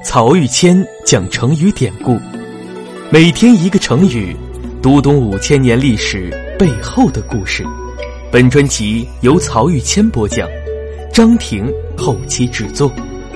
曹玉谦讲成语典故，每天一个成语，读懂5000年历史背后的故事。本专辑由曹玉谦播讲，张婷后期制作。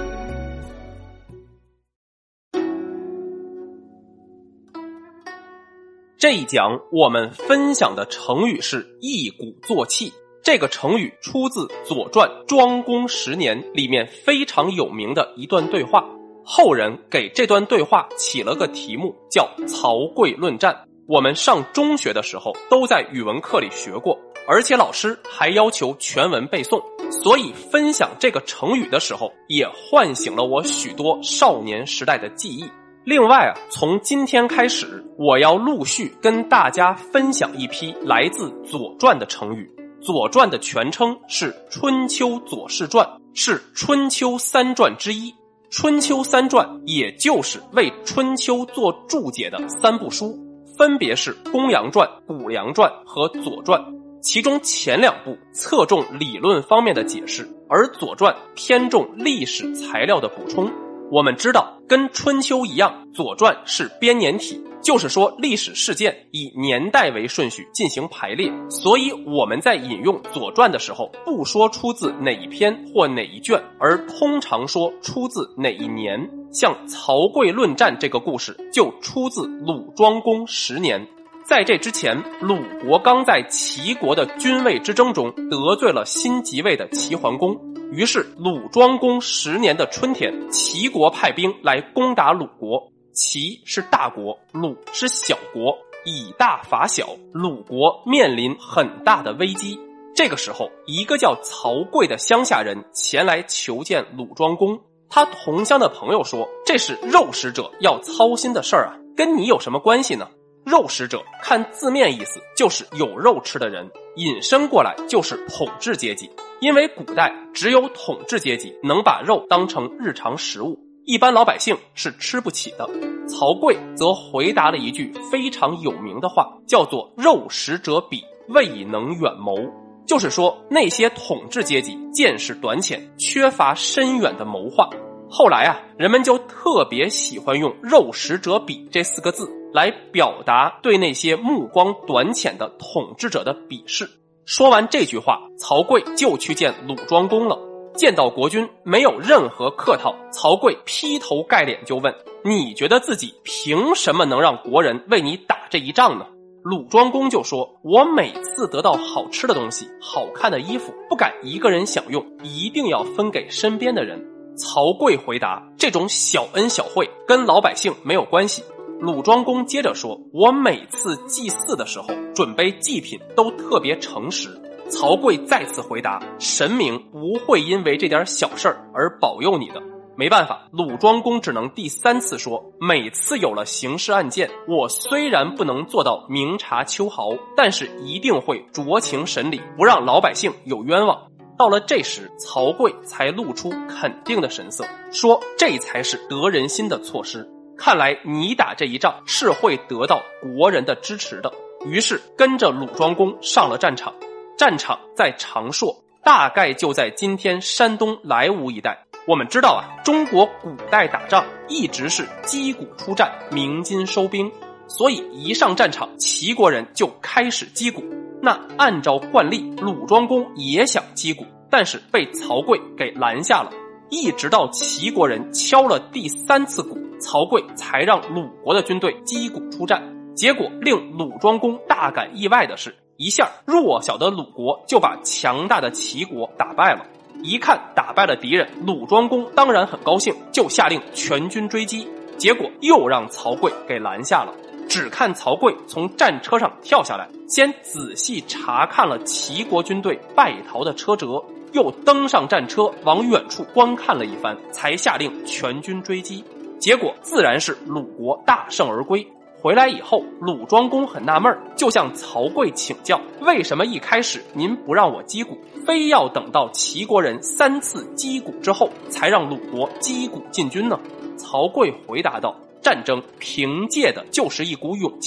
这一讲我们分享的成语是一鼓作气。这个成语出自《左传·庄公10年》里面非常有名的一段对话，后人给这段对话起了个题目叫曹刿论战。我们上中学的时候都在语文课里学过，而且老师还要求全文背诵，所以分享这个成语的时候也唤醒了我许多少年时代的记忆。另外从今天开始，我要陆续跟大家分享一批来自《左传》的成语。《左传》的全称是《春秋左氏传》，是春秋三传之一。春秋三传也就是为春秋做注解的3部书，分别是公羊传、谷梁传和左传。其中前2部侧重理论方面的解释，而左传偏重历史材料的补充。我们知道跟春秋一样，左传是编年体，就是说历史事件以年代为顺序进行排列，所以我们在引用左传的时候不说出自哪一篇或哪一卷，而通常说出自哪一年。像曹刿论战这个故事就出自鲁庄公10年。在这之前，鲁国刚在齐国的君位之争中得罪了新即位的齐桓公，于是鲁庄公10年的春天，齐国派兵来攻打鲁国。齐是大国，鲁是小国，以大伐小，鲁国面临很大的危机。这个时候，一个叫曹刿的乡下人前来求见鲁庄公。他同乡的朋友说，这是肉食者要操心的事儿啊，跟你有什么关系呢？肉食者看字面意思就是有肉吃的人，引申过来就是统治阶级。因为古代只有统治阶级能把肉当成日常食物，一般老百姓是吃不起的。曹刿则回答了一句非常有名的话，叫做肉食者鄙，未能远谋。就是说那些统治阶级见识短浅，缺乏深远的谋划。后来人们就特别喜欢用肉食者鄙这4个字来表达对那些目光短浅的统治者的鄙视。说完这句话，曹刿就去见鲁庄公了。见到国君没有任何客套，曹刿劈头盖脸就问，你觉得自己凭什么能让国人为你打这一仗呢？鲁庄公就说，我每次得到好吃的东西、好看的衣服，不敢一个人享用，一定要分给身边的人。曹刿回答，这种小恩小惠跟老百姓没有关系。鲁庄公接着说，我每次祭祀的时候准备祭品都特别诚实。曹刿再次回答，神明不会因为这点小事而保佑你的。没办法，鲁庄公只能第3次说，每次有了刑事案件，我虽然不能做到明察秋毫，但是一定会酌情审理，不让老百姓有冤枉。到了这时，曹刿才露出肯定的神色，说这才是得人心的措施，看来你打这一仗是会得到国人的支持的。于是跟着鲁庄公上了战场。战场在长硕，大概就在今天山东莱芜一带。我们知道中国古代打仗一直是击鼓出战，鸣金收兵，所以一上战场，齐国人就开始击鼓。那按照惯例，鲁庄公也想击鼓，但是被曹刿给拦下了。一直到齐国人敲了第3次鼓，曹刿才让鲁国的军队击鼓出战。结果令鲁庄公大感意外的是，一下弱小的鲁国就把强大的齐国打败了。一看打败了敌人，鲁庄公当然很高兴，就下令全军追击，结果又让曹刿给拦下了。只看曹刿从战车上跳下来，先仔细查看了齐国军队败逃的车辙，又登上战车往远处观看了一番，才下令全军追击。结果自然是鲁国大胜而归。回来以后，鲁庄公很纳闷，就向曹刿请教，为什么一开始您不让我击鼓，非要等到齐国人3次击鼓之后才让鲁国击鼓进军呢？曹刿回答道，战争凭借的就是一股勇气，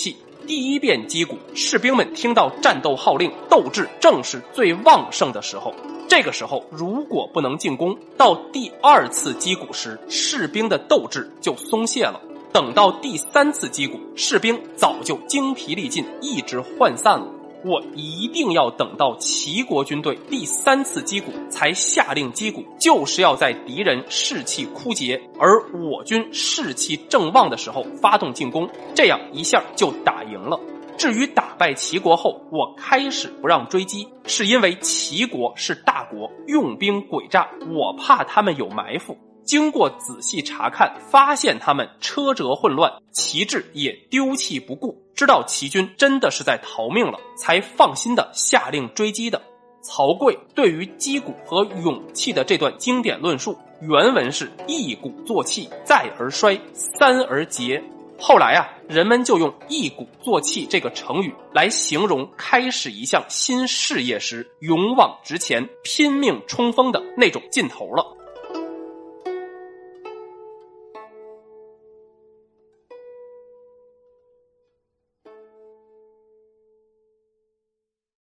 第一遍击鼓，士兵们听到战斗号令，斗志正是最旺盛的时候。这个时候如果不能进攻，到第2次击鼓时，士兵的斗志就松懈了。等到第3次击鼓，士兵早就精疲力尽，意志涣散了。我一定要等到齐国军队第3次击鼓才下令击鼓，就是要在敌人士气枯竭，而我军士气正旺的时候发动进攻，这样一下就打赢了。至于打败齐国后，我开始不让追击，是因为齐国是大国，用兵诡诈，我怕他们有埋伏。经过仔细查看，发现他们车辙混乱，旗帜也丢弃不顾，知道齐军真的是在逃命了，才放心的下令追击的。曹刿对于击鼓和勇气的这段经典论述，原文是一鼓作气，再而衰，三而竭。后来人们就用一鼓作气这个成语来形容开始一项新事业时勇往直前、拼命冲锋的那种劲头了。